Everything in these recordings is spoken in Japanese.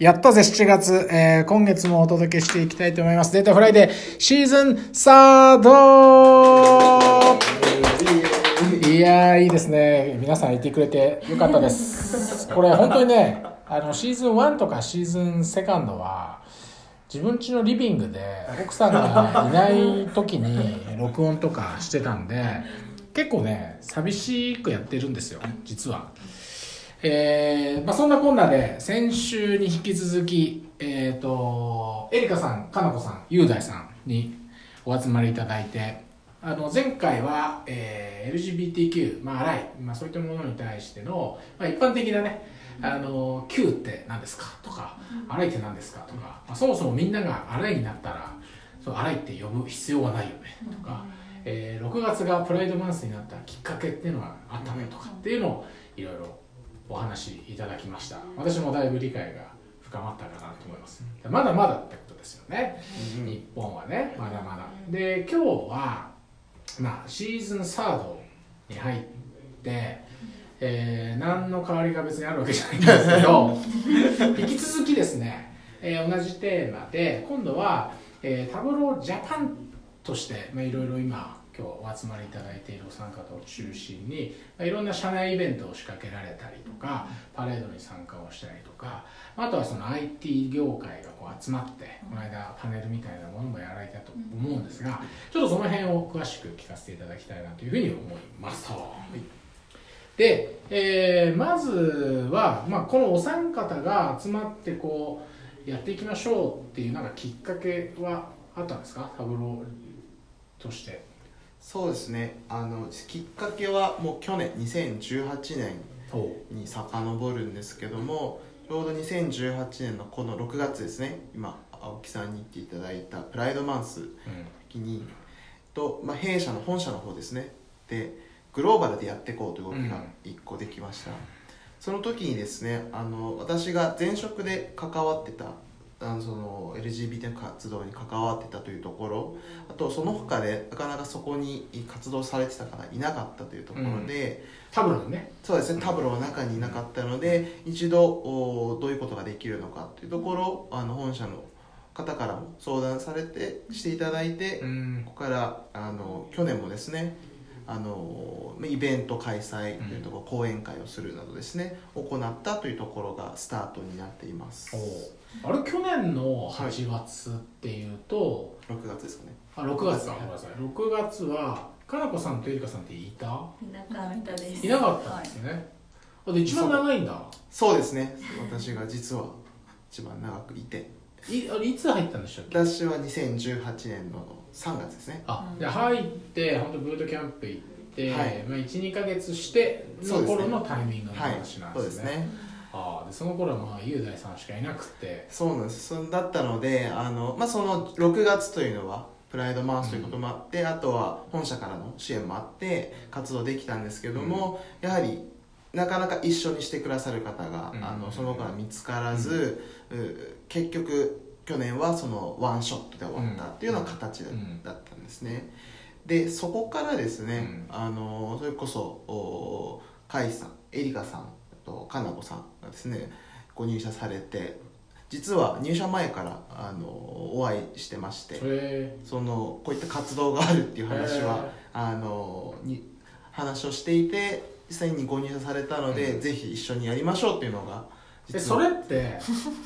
やったぜ7月、今月もお届けしていきたいと思います。データフライデーシーズンサード。いやーいいですね。皆さんいてくれてよかったです。これ本当にね、シーズン1とかシーズン2は自分家のリビングで奥さんがいない時に録音とかしてたんで、結構ね寂しくやってるんですよ実は。そんなこんなで先週に引き続きエリカさん、かなこさん、雄大さんにお集まりいただいて、前回は、LGBTQ、アライ、そういったものに対しての、一般的なね、Q って何ですかとか、アライって何ですかとか、そもそもみんながアライになったらそうアライって呼ぶ必要はないよねとか、6月がプライドマンスになったきっかけっていうのがあったねとかっていうのをいろいろお話いただきました。私もだいぶ理解が深まったかなと思います。まだまだってことですよね、日本はね、まだまだで、今日はシーズンサードに入って、何の変わりが別にあるわけじゃないんですけど引き続きですね、同じテーマで今度は、タブロージャパンとして、いろいろ今日お集まりいただいているお三方を中心に、いろんな社内イベントを仕掛けられたりとか、パレードに参加をしたりとか、あとはその IT 業界がこう集まってこの間パネルみたいなものもやられたと思うんですが、ちょっとその辺を詳しく聞かせていただきたいなというふうに思います。で、まずは、このお三方が集まってこうやっていきましょうっていうなんかきっかけはあったんですか、タブローとして。 そうですね、きっかけはもう去年2018年に遡るんですけども、ちょうど2018年のこの6月ですね、今青木さんに言っていただいたプライドマンスの時に、弊社の本社の方ですねでグローバルでやっていこうという動きが1個できました。その時にですね、私が前職で関わってたその LGBT 活動に関わってたというところ、あとその他でなかなかそこに活動されてた方いなかったというところで、 タブローね、 そうですね、タブローの中にいなかったので、一度どういうことができるのかというところを本社の方からも相談されてしていただいて、ここから去年もですねイベント開催というところ、講演会をするなどですね行ったというところがスタートになっています。 あれ去年の8月っていうと、 6月ですかね。 6月か、ごめんなさい。6月はかなこさんとえりかさんっていた？ いなかったです。 いなかったんですね。で一番長いんだ。 そうですね。私が実は一番長くいて。 あれいつ入ったんでしたっけ？ 私は2018年の3月ですね。 で入って本当ブートキャンプ行って、1,2 ヶ月しての頃のタイミングの話なんですね。でその頃は雄大さんしかいなくて。 そうなんです。だったのでその6月というのはプライドマンスということもあって、あとは本社からの支援もあって活動できたんですけども、やはりなかなか一緒にしてくださる方が、そのから見つからず、結局去年はそのワンショットで終わったっていうような形だったんですね。でそこからですね、それこそ甲斐さん、エリカさんとかなこさんがですねご入社されて、実は入社前からお会いしてまして、こういった活動があるっていう話は話をしていて、実際にご入社されたので、ぜひ一緒にやりましょうっていうのがそれって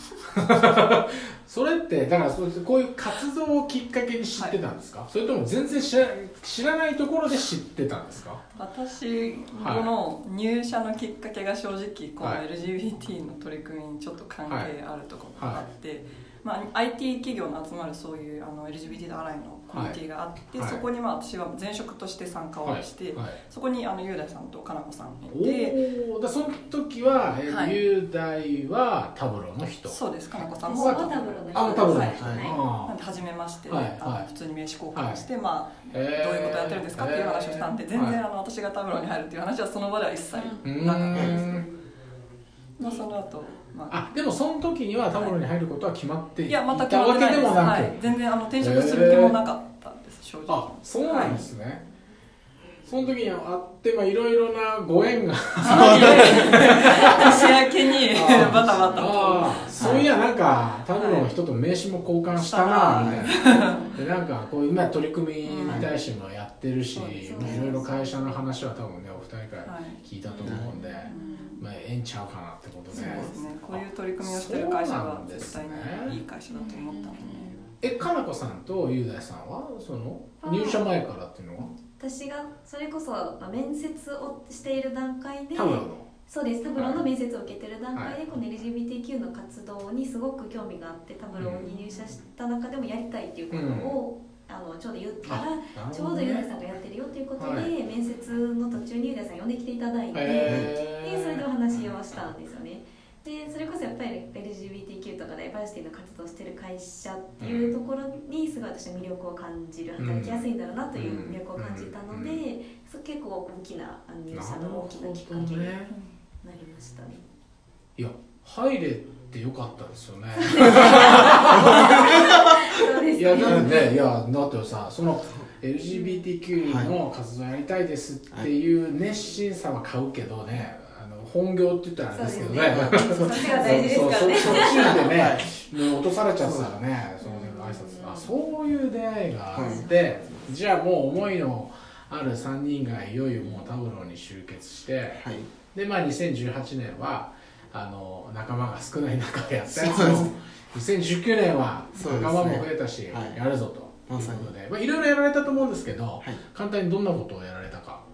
だからこういう活動をきっかけに知ってたんですか、それとも全然知らないところで知ってたんですか？ 私この入社のきっかけが正直この LGBT の取り組みにちょっと関係あるところがあって、IT 企業の集まるそういうLGBT のアライのコミュニティがあって、そこに私は前職として参加をして、そこに雄大さんとかなこさんいて、 その時は、雄大はタブローの人。 そうです、かなこさんもタブローの人。 タブローの人。なんで初めまして、普通に名刺交換して、どういうことやってるんですかっていう話をしたんで、全然私がタブローに入るっていう話はその場では一切なかったです。その後でもその時にはタブローに入ることは決まっていたわけでもなく、 全然転職する気もなかったです、正直。 そうなんですね。 その時に会っていろいろなご縁が年明けにバタバタとそういやなんかタブロの人と名刺も交換したなみたいなでなんかこう今取り組みに対してもやってるし、いろいろ会社の話は多分ねお二人から聞いたと思うんで、ええんちゃうかなってことで、 そうですね、こういう取り組みをしてる会社は絶対にいい会社だと思ったので。 かなこさんと雄大さんはその入社前からっていうのは私がそれこそ面接をしている段階でタブロのそうです、タブロの面接を受けてる段階で、この LGBTQ の活動にすごく興味があってタブロに入社した中でもやりたいっていうことを、ちょうど言ったら、ちょうど雄大さんがやってるよということで、面接の途中に雄大さん呼んできていただいて、でそれでお話をしたんですよね。でそれこそやっぱり LGBTQ とかダイバーシティの活動をしてる会社っていうところにすごい私は魅力を感じる、働きやすいんだろうなという魅力を感じたので、結構大きな入社の大きなきっかけになりましたね。 いや入れてよかったですよねいやだってね、いやだってさその LGBTQ の活動やりたいですっていう熱心さは買うけどね、本業って言ったらあれですけどね、 そっちが大事ですからね。 そっちでね落とされちゃったらね、その挨拶そういう出会いがあって、じゃあもう思いのある3人がいよいよもうタブロに集結して、で2018年は仲間が少ない中でやったやつを2019年は仲間も増えたし、やるぞということで、いろいろやられたと思うんですけど、簡単にどんなことをやられたか。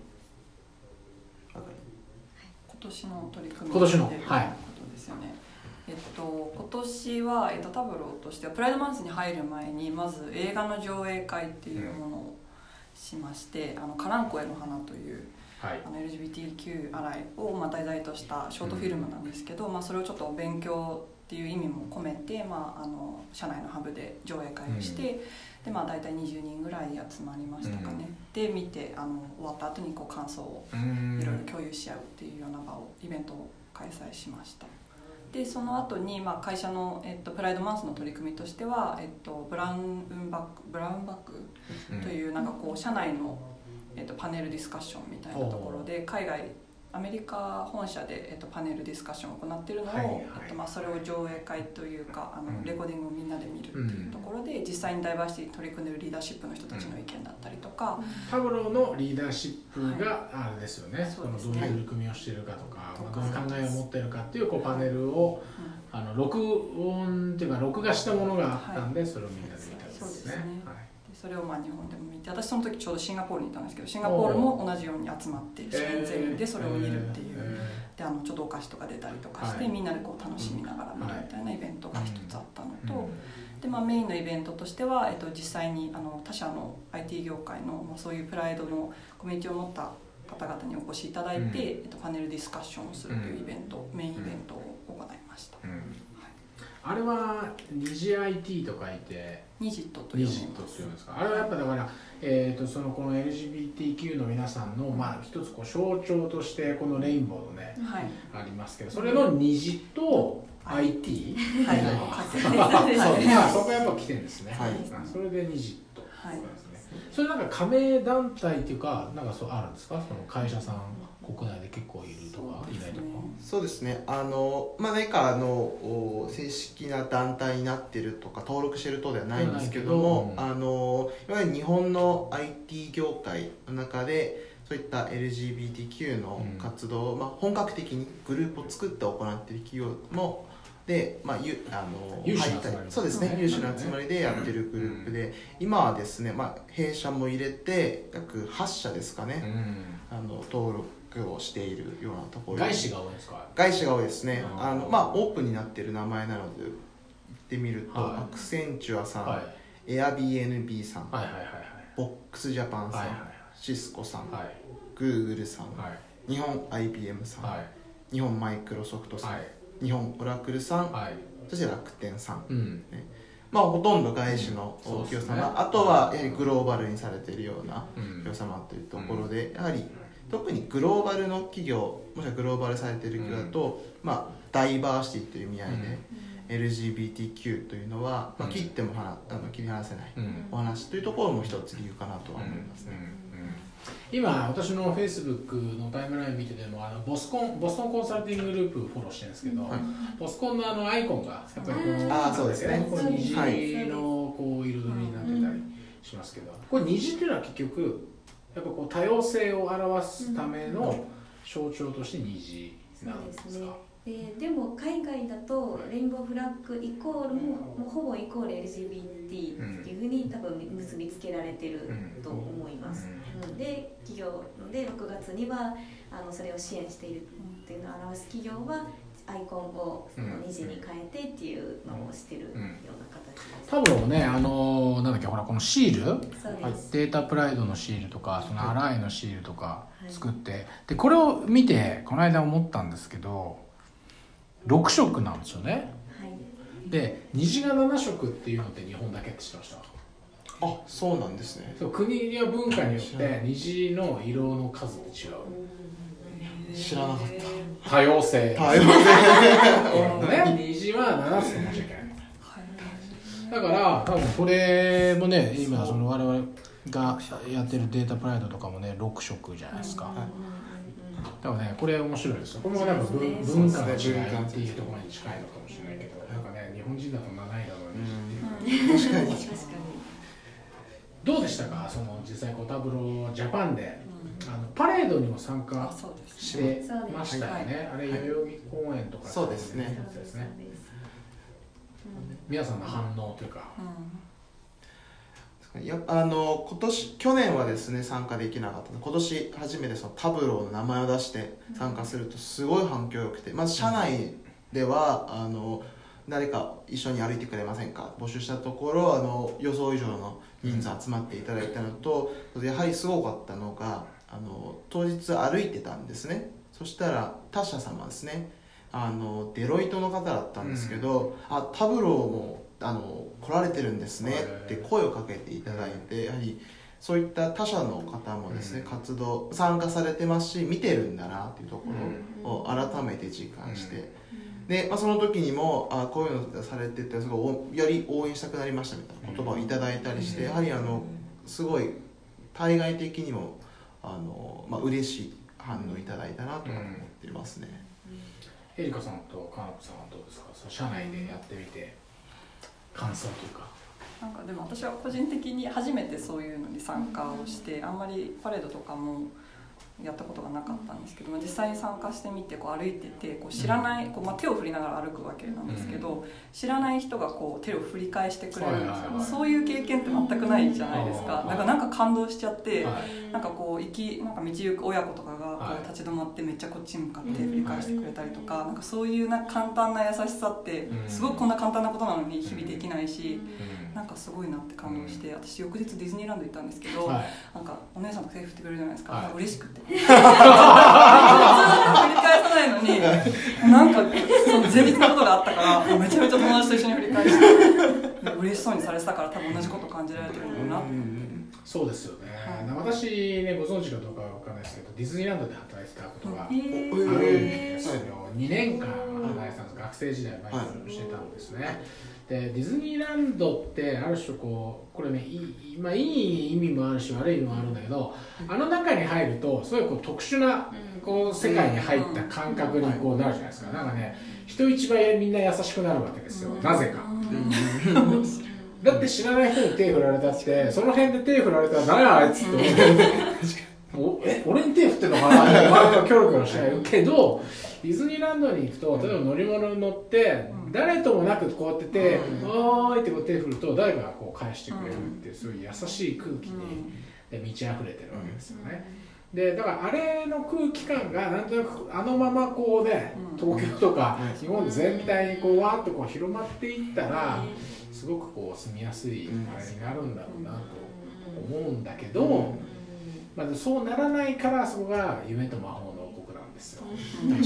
今年の取り組み今年のということですよね。今年は、タブロとしてはプライドマンスに入る前にまず映画の上映会っていうものをしまして、カランコへの花という、LGBTQ アライを題材としたショートフィルムなんですけど、それをちょっと勉強っていう意味も込めて、社内のハブで上映会をして、で大体20人ぐらい集まりましたかね。で見て終わった後に感想をいろいろ共有し合うっていうような場をイベントを開催しました。でその後に会社の、プライドマンスの取り組みとしては、ブラウンバックという社内の、パネルディスカッションみたいなところで海外アメリカ本社で、パネルディスカッションを行っているのを、それを上映会というかレコーディングをみんなで見るっていうところで、実際にダイバーシティに取り組んでいるリーダーシップの人たちの意見だったりとか、 タブロのリーダーシップがあれですよね、どういう取り組みをしているかとか、どういう考えを持っているかっていうパネルを録音っていうか録画したものがあったんで、それをみんなで見たんですね。 それを日本でも見て、私その時ちょうどシンガポールにいたんですけど、シンガポールも同じように集まって社員全員でそれを見るっていう、でちょっとお菓子とか出たりとかして、みんなで楽しみながら見るみたいなイベントが一つあったのと、でメインのイベントとしては、実際に他社の IT 業界の、そういうプライドのコミュニティを持った方々にお越しいただいて、パネルディスカッションをするというイベント、メインイベントを行いました。 あれは虹 IT と書いてニジットというんですか。あれはやっぱだから、そのこの LGBTQ の皆さんの一つ象徴としてこのレインボーのね、ありますけど、それの虹と IT そこはやっぱ来てるんですね。それで虹とそれ加盟団体っていうかそうあるんですか、その会社さん国内で結構いるとかいないとか。 そうですね、何か正式な団体になってるとか登録してるとではないんですけども、いわゆる日本の IT 業界の中でそういった LGBTQ の活動を、本格的にグループを作って行っている企業もで、 有志の集まり、 そうですね、有志の集まりでやってるグループで、今はですね、弊社も入れて約8社ですかね、登録をしているようなところ。 外資が多いですか？ 外資が多いですね。オープンになっている名前なので言ってみると、アクセンチュアさん、Airbnb さん、ボックスジャパンさん、シスコさん、Google さん、日本 IBM さん、日本マイクロソフトさん、日本オラクルさん、そして楽天さん、ほとんど外資の企業様、あとはやはりグローバルにされているような企業様というところで、やはり特にグローバルの企業、もしくはグローバルされている企業だと、ダイバーシティという意味合いで、LGBTQ というのは、切っても切り離せないお話というところも一つ理由かなとは思いますね。 今私の Facebook のタイムライン見ててもボストンコンサルティンググループフォローしてるんですけど、ボスコンのアイコンがやっぱりそうですね、 この虹のこう彩りになってたりしますけど、これ虹っていうのは結局やっぱこう多様性を表すための象徴として虹なんですか？ でも海外だとレインボーフラッグイコールもうほぼイコール LGBT っていうふうに多分結びつけられてると思います。で企業で6月にはそれを支援しているっていうのを表す企業はアイコンを虹に変えてっていうのをしてるような形です。 タブローもねなんだっけほらこのシール、データプライドのシールとかそのアライのシールとか作って、でこれを見てこの間思ったんですけど6色なんですよね。で虹が7色っていうのって日本だけって知ってました？ あ、そうなんですね。 そう、国や文化によって虹の色の数って違う。 知らなかった。 多様性。 多様性。 ね、虹は7つと申し訳ない。だから多分これもね今その我々がやってるデータプライドとかもね6色じゃないですか。だからねこれ面白いですよ。これもなんか文化の違いっていうところに近いのかもしれないけど、なんかね日本人だと7位だろうね。 確かに。 どうでしたか、その実際タブロージャパンで、パレードにも参加してましたよね。あれ代々木公園とかそうですね。 皆さんの反応というか、 去年はですね参加できなかったので、今年初めてそのタブローの名前を出して参加するとすごい反響良くて、まず社内では誰か一緒に歩いてくれませんか募集したところ予想以上の人数集まっていただいたのと、やはりすごかったのが当日歩いてたんですね。そしたら他社様ですね、デロイトの方だったんですけど、タブローも来られてるんですねって声をかけていただいて、やはりそういった他社の方もですね、活動参加されてますし見てるんだなっていうところを改めて実感して、で、その時にもこういうのされててすごいより応援したくなりましたみたいな言葉をいただいたりして、やはりすごい対外的にも嬉しい反応いただいたなと思っていますね。 エリカさんとかなこさんはどうですか、その社内でやってみて感想というか。 なんかでも私は個人的に初めてそういうのに参加をして、あんまりパレードとかもやったことがなかったんですけども、実際に参加してみて歩いてて知らない手を振りながら歩くわけなんですけど、知らない人が手を振り返してくれるんですよ。そういう経験って全くないじゃないですか。なんか感動しちゃって、なんか道行く親子とかが立ち止まってめっちゃこっちに向かって振り返してくれたりとか、なんかそういう簡単な優しさってすごくこんな簡単なことなのに日々できないし、なんかすごいなって感動して、私翌日ディズニーランド行ったんですけど、なんかお姉さんと手振ってくれるじゃないですか、嬉しくて普通の人振り返さないのになんかその前日のことがあったからめちゃめちゃ友達と一緒に振り返して嬉しそうにされてたから、多分同じこと感じられてるんだろうなと思って。 そうですよね、私ねご存知かどうかわかんないですけど、ディズニーランドで働いてたことがあるんですよ。2年間働いてたんです。学生時代バイトしてたんですね。でディズニーランドってある種これねいい意味もあるし悪い意味もあるんだけど、中に入るとすごい特殊な世界に入った感覚になるじゃないですか。なんかね人一倍みんな優しくなるわけですよ、なぜか。だって知らない人に手振られたって、その辺で手振られたら誰あいつって思って俺に手振ってんのかなって周りがキョロキョロしちゃうけど、ディズニーランドに行くと例えば乗り物に乗って誰ともなくこうやって手「おーい」って手振ると誰かが返してくれるっていう、そういう優しい空気に満ち溢れてるわけですよね。でだからあれの空気感がなんとなくまま東京とか日本全体にわーっと広まっていったらすごく住みやすいあれになるんだろうなと思うんだけど、そうならないからそこが夢と魔法の国なんなんですよ。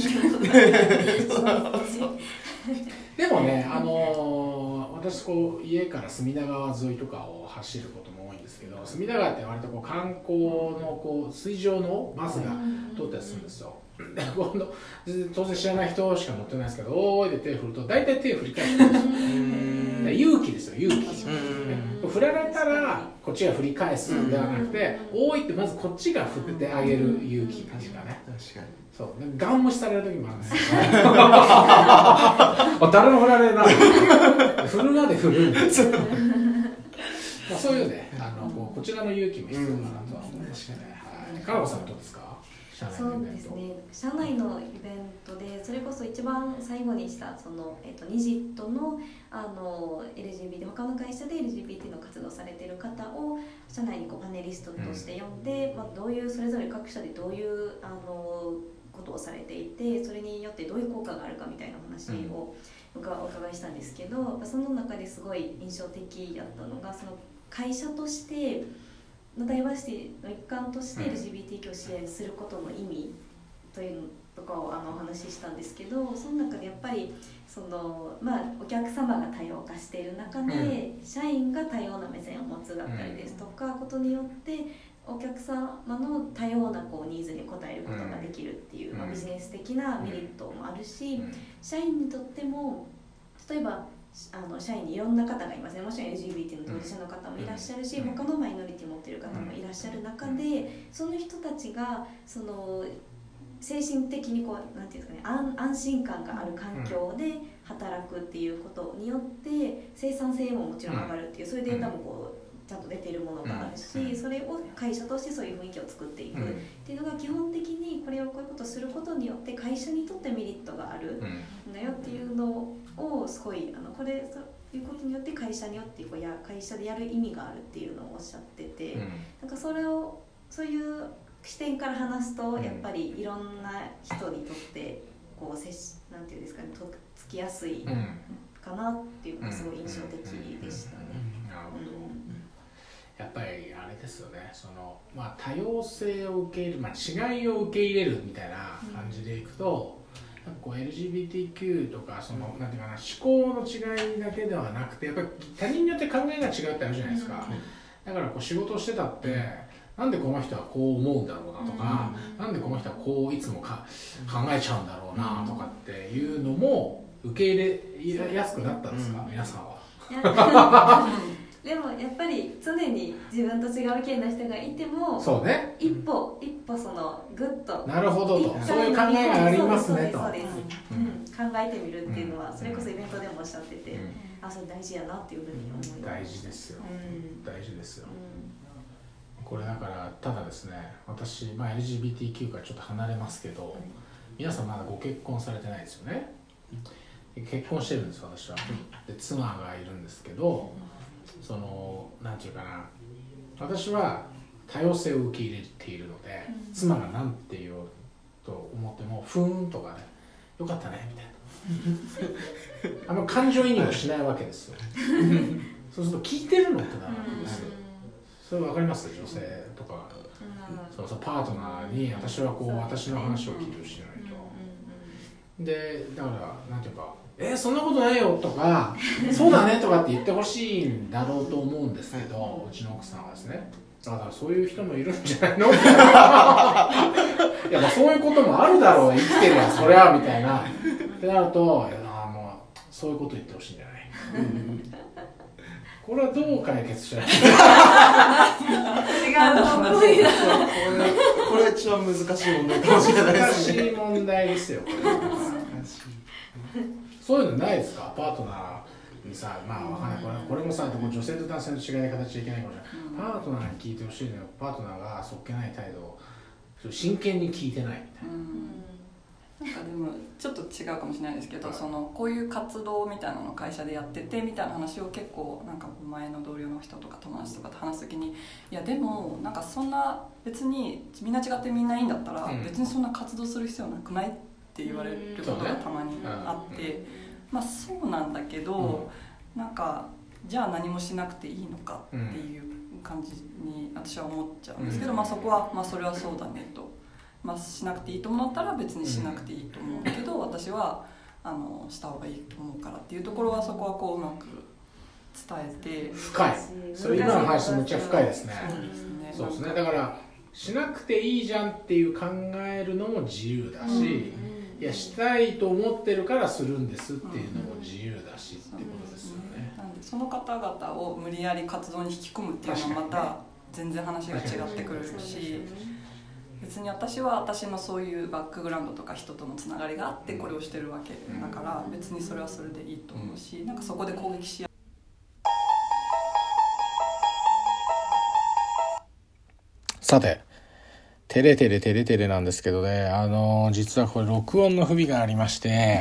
でもね、私こう家から隅田川沿いとかを走ることも多いんですけど、隅田川って割とこう観光のこう水上のバスが通ったりするんですよ。で今度当然知らない人しか乗ってないですけど、おーいで手を振ると大体手を振り返してるんですよ。勇気ですよ、勇気。振られたらこっちが振り返すんではなくて、おーいってまずこっちが振ってあげる勇気っていうかね。確かに。そうガン無視される時もあるんですよ。誰も振られない。振るまで振るんですよ。そういうね、こちらの勇気も必要かなとは思いますね。かなこさんどうですか？ そうですね、社内のイベントでそれこそ一番最後にしたその、ニジットの、LGBT 他の会社で LGBT の活動されている方を社内にこうパネリストとして呼んで、どういうそれぞれ各社でどういうことをされていて、それによってどういう効果があるかみたいな話をお伺いしたんですけど、その中ですごい印象的だったのが、その会社としてダイバーシティの一環として LGBTQ を支援することの意味というのとかをお話ししたんですけど、その中でやっぱりその、お客様が多様化している中で、社員が多様な目線を持つだったりですとか、ことによってお客様の多様なこうニーズに応えることができるっていう、ビジネス的なメリットもあるし、社員にとっても例えば社員にいろんな方がいますね。もちろん LGBT の当事者の方もいらっしゃるし、他のマイノリティを持っている方もいらっしゃる中で、その人たちがその精神的にこうなんていうんですかね、安心感がある環境で働くっていうことによって生産性ももちろん上がるっていう、そういうデータもこうちゃんと出ているものがあるし、それを会社としてそういう雰囲気を作っていくっていうのが基本的に、これをこういうことをすることによって会社にとってメリットがあるんだよっていうのをすごいそういうことによって会社によってこう会社でやる意味があるっていうのをおっしゃってて、なんかそういう視点から話すと、やっぱりいろんな人にとってこうなんていうんですかね、とっつきやすいかなっていうのがすごい印象的でしたね。 なるほど。やっぱりあれですよね、その多様性を受け入れる、違いを受け入れるみたいな感じでいくと、やっぱこう LGBTQ とかそのなんていうかな、思考の違いだけではなくて、やっぱり他人によって考えが違うってあるじゃないですか。だからこう仕事をしてたって、なんでこの人はこう思うんだろうなとか、なんでこの人はこういつも考えちゃうんだろうなとかっていうのも受け入れやすくなったんですか、皆さんは。 でもやっぱり常に自分と違う意見の人がいても、 そうね、 一歩そのグッと、 なるほどと、そういう考えがありますねと、 そうです、考えてみるっていうのは、それこそイベントでもおっしゃってて、それ大事やなっていうふうに思います。 大事ですよ、大事ですよ。これだからただですね、私、LGBTQ からちょっと離れますけど、皆さんまだご結婚されてないですよね。結婚してるんです私は。で妻がいるんですけど、そのなんていうかな、私は多様性を受け入れているので、妻が何て言おうと思ってもふーんとかね、よかったねみたいな感情移入をしないわけですよ。そうすると聞いてるのってなるんですよ。それ分かります？女性とか、そうパートナーに私はこう私の話を聞いてほしいのにと。でだからなんていうか、そんなことないよとかそうだねとかって言ってほしいんだろうと思うんですけど、うちの奥さんはですね、だからそういう人もいるんじゃないのみたいないやそういうこともあるだろう、生きてりゃそりゃみたいなってなると、もうそういうこと言ってほしいんじゃない。これはどう解決しない違うと思います。 これ一番難しい問題かもしれないですね。 難しい問題ですよ。そういうのないですか？パートナーにさ、わかんない、これもさ、女性と男性の違いで形でいけないかもしれない。パートナーに聞いてほしいのよ。パートナーがそっけない態度を真剣に聞いてないみたいな。 なんかでもちょっと違うかもしれないですけど、こういう活動みたいなのを会社でやっててみたいな話を結構なんか前の同僚の人とか友達とかと話すときに、いやでもなんかそんな別にみんな違ってみんないいんだったら、別にそんな活動する必要なくないって言われることがたまにあって、そうなんだけど、なんかじゃあ何もしなくていいのかっていう感じに私は思っちゃうんですけど、そこはそれはそうだねと。 しなくていいと思ったら別にしなくていいと思うけど、私はした方がいいと思うからっていうところは、そこはこううまく伝えて。 深い。それ今の話めっちゃ深いですね。 そうですね。 だからしなくていいじゃんっていう考えるのも自由だし、いやしたいと思ってるからするんですっていうのも自由だしっていうことですよね。 なんでその方々を無理やり活動に引き込むっていうのはまた全然話が違ってくるし、別に私は私のそういうバックグラウンドとか人とのつながりがあってこれをしてるわけだから、別にそれはそれでいいと思うし、なんかそこで攻撃し合う。 さて、テレテレなんですけどね、実はこれ録音の不備がありまして、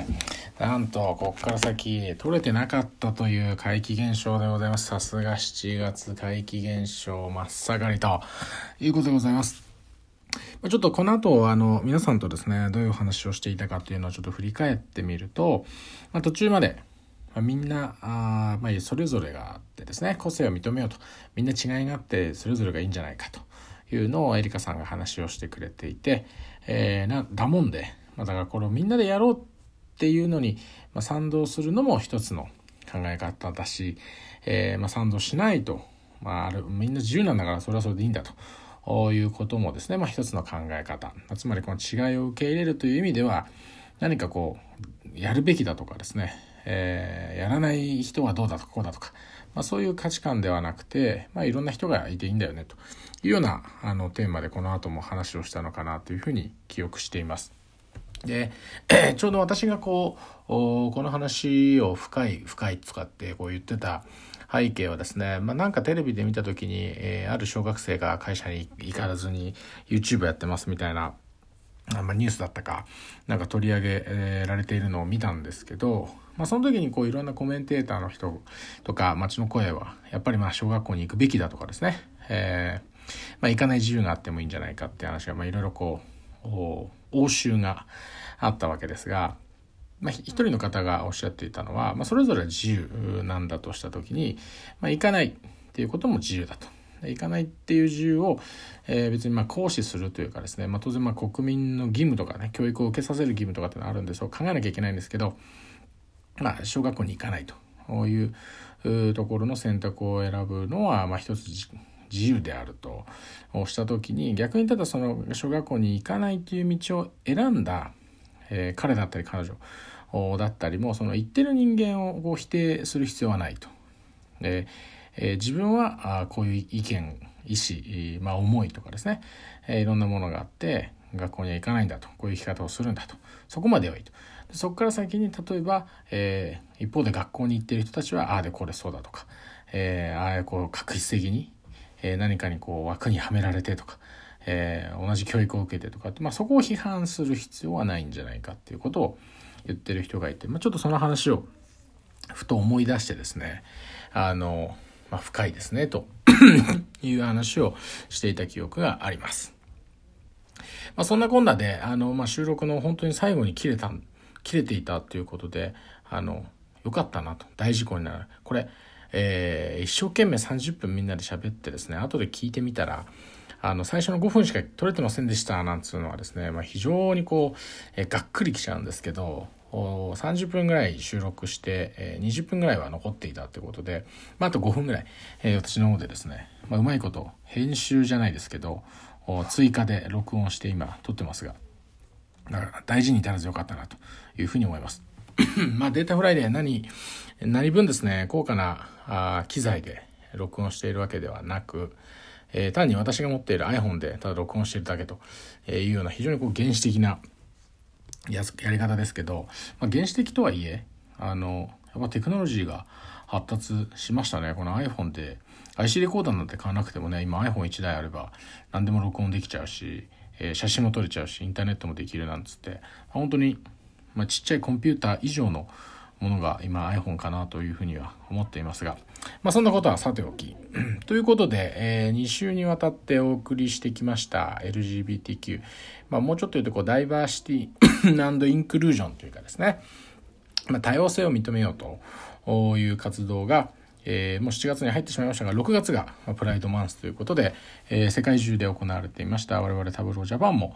なんとここから先取れてなかったという怪奇現象でございます。さすが7月怪奇現象真っ盛りということでございます。ちょっとこの後皆さんとですね、どういう話をしていたかというのをちょっと振り返ってみると、途中までみんなそれぞれがあってですね、個性を認めようと、みんな違いがあってそれぞれがいいんじゃないかというのをエリカさんが話をしてくれていて、だもんで、だからこれをみんなでやろうっていうのに、賛同するのも一つの考え方だし、賛同しないと、みんな自由なんだからそれはそれでいいんだということもですね、一つの考え方、つまりこの違いを受け入れるという意味では、何かこうやるべきだとかですね、やらない人はどうだとかこうだとか、そういう価値観ではなくて、いろんな人がいていいんだよねというようなテーマでこの後も話をしたのかなというふうに記憶しています。で、ちょうど私がこの話を深いとかってこう言ってた背景はですね、なんかテレビで見た時に、ある小学生が会社に行かずに YouTube やってますみたいな、ニュースだったかなんか取り上げられているのを見たんですけど、その時にこういろんなコメンテーターの人とか街の声はやっぱり小学校に行くべきだとかですね、行かない自由があってもいいんじゃないかっていう話がいろいろこう応酬があったわけですが、一人の方がおっしゃっていたのは、それぞれ自由なんだとした時に、行かないっていうことも自由だと。行かないっていう自由を、別に行使するというかですね、当然国民の義務とかね、教育を受けさせる義務とかってのがあるんで、そう考えなきゃいけないんですけど、小学校に行かないというところの選択を選ぶのは一つ自由であるとした時に、逆にただその小学校に行かないという道を選んだ、彼だったり彼女だったりも、その言ってる人間を否定する必要はないと。自分はこういう意見、意思、思いとかですね、いろんなものがあって学校には行かないんだと、こういう生き方をするんだと、そこまではいいと。そこから先に例えば、一方で学校に行っている人たちはああでこれそうだとか、こう確実的に、何かにこう枠にはめられてとか、同じ教育を受けてとかって、そこを批判する必要はないんじゃないかっていうことを言ってる人がいて、ちょっとその話をふと思い出してですね、深いですねという話をしていた記憶があります。そんなこんなで収録の本当に最後に切れていたということで、よかったなと、大事故になるこれ、一生懸命30分みんなで喋ってですね、後で聞いてみたら最初の5分しか撮れてませんでしたなんつうのはですね、非常にこう、がっくりきちゃうんですけど、30分ぐらい収録して、20分ぐらいは残っていたということで、あと5分ぐらい、私の方でですね、うまいこと編集じゃないですけど追加で録音して今撮ってますが、だから大事に至らずよかったなというふうに思いますデータフライで何分ですね、高価な機材で録音しているわけではなく、単に私が持っている iPhone でただ録音しているだけというような非常にこう原始的なやり方ですけど、原始的とはいえやっぱテクノロジーが発達しましたね。この iPhone で IC レコーダーなんて買わなくてもね、今 iPhone1 台あれば何でも録音できちゃうし、写真も撮れちゃうし、インターネットもできるなんつって、本当に、ちっちゃいコンピューター以上のものが今 iPhone かなというふうには思っていますが、そんなことはさておきということで、2週にわたってお送りしてきました LGBTQ、もうちょっと言うとこうダイバーシティ&インクルージョンというかですね、多様性を認めようという活動が、もう7月に入ってしまいましたが、6月がプライドマンスということで、世界中で行われていました。我々タブロージャパンも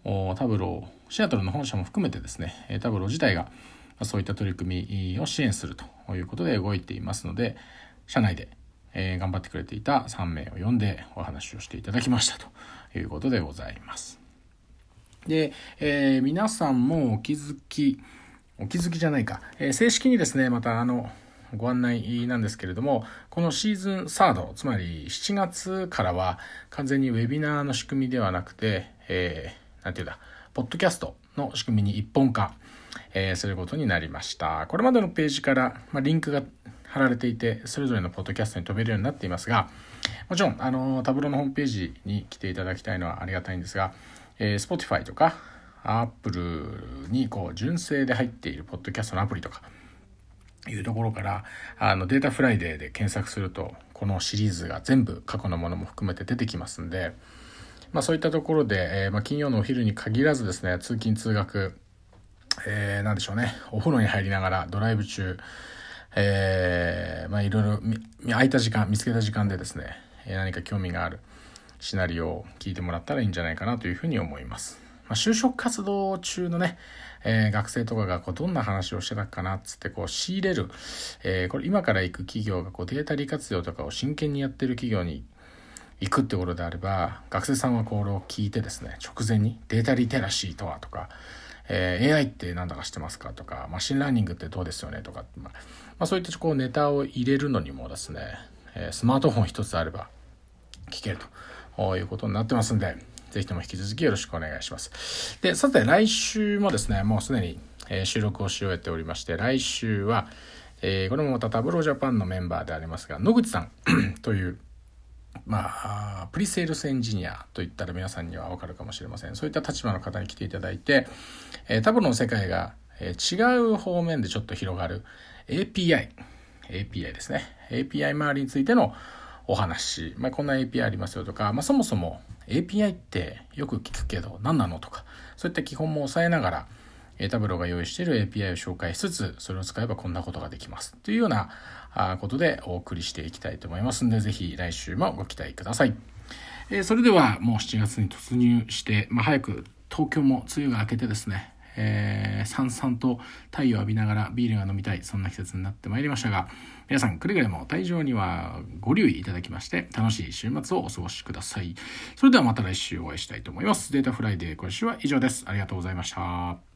タブロー、シアトルの本社も含めてですね、タブロー自体がそういった取り組みを支援するということで動いていますので、社内で頑張ってくれていた3名を呼んでお話をしていただきましたということでございます。で、皆さんもお気づきじゃないか、正式にですね、またご案内なんですけれども、このシーズン3、つまり7月からは完全にウェビナーの仕組みではなくて、ポッドキャストの仕組みに一本化、することになりました。これまでのページから、リンクが貼られていて、それぞれのポッドキャストに飛べるようになっていますが、もちろんタブローのホームページに来ていただきたいのはありがたいんですが、Spotify とか Apple に純正で入っているポッドキャストのアプリとかいうところからデータフライデーで検索すると、このシリーズが全部過去のものも含めて出てきますんで、そういったところで、金曜のお昼に限らずですね、通勤通学、なんでしょうね、お風呂に入りながらドライブ中、いろいろ空いた時間、見つけた時間でですね、何か興味があるシナリオを聞いてもらったらいいんじゃないかなというふうに思います。就職活動中のね、学生とかがどんな話をしてたかなっつって仕入れる、これ今から行く企業がデータ利活用とかを真剣にやってる企業に行くってことであれば、学生さんはこれを聞いてですね、直前にデータリテラシーとはとか、AI って何だか知ってますかとか、マシンラーニングってどうですよねとか、そういったネタを入れるのにもですね、スマートフォン一つあれば聞けるということになってますんで、ぜひとも引き続きよろしくお願いします。で、さて来週もですね、もうすでに収録をし終えておりまして、来週は、これもまたタブロージャパンのメンバーでありますが、野口さんというプリセールスエンジニアといったら皆さんには分かるかもしれません。そういった立場の方に来ていただいて、タブローの世界が違う方面でちょっと広がる API ですね。API 周りについてのお話、こんな API ありますよとか、そもそも API ってよく聞くけど何なのとか、そういった基本も抑えながらタブローが用意している API を紹介しつつ、それを使えばこんなことができますというようなことでお送りしていきたいと思いますので、ぜひ来週もご期待ください。それではもう7月に突入して、早く東京も梅雨が明けてですね、さんさんと太陽を浴びながらビールが飲みたい、そんな季節になってまいりましたが、皆さんくれぐれも体調にはご留意いただきまして、楽しい週末をお過ごしください。それではまた来週お会いしたいと思います。データフライデー、今週は以上です。ありがとうございました。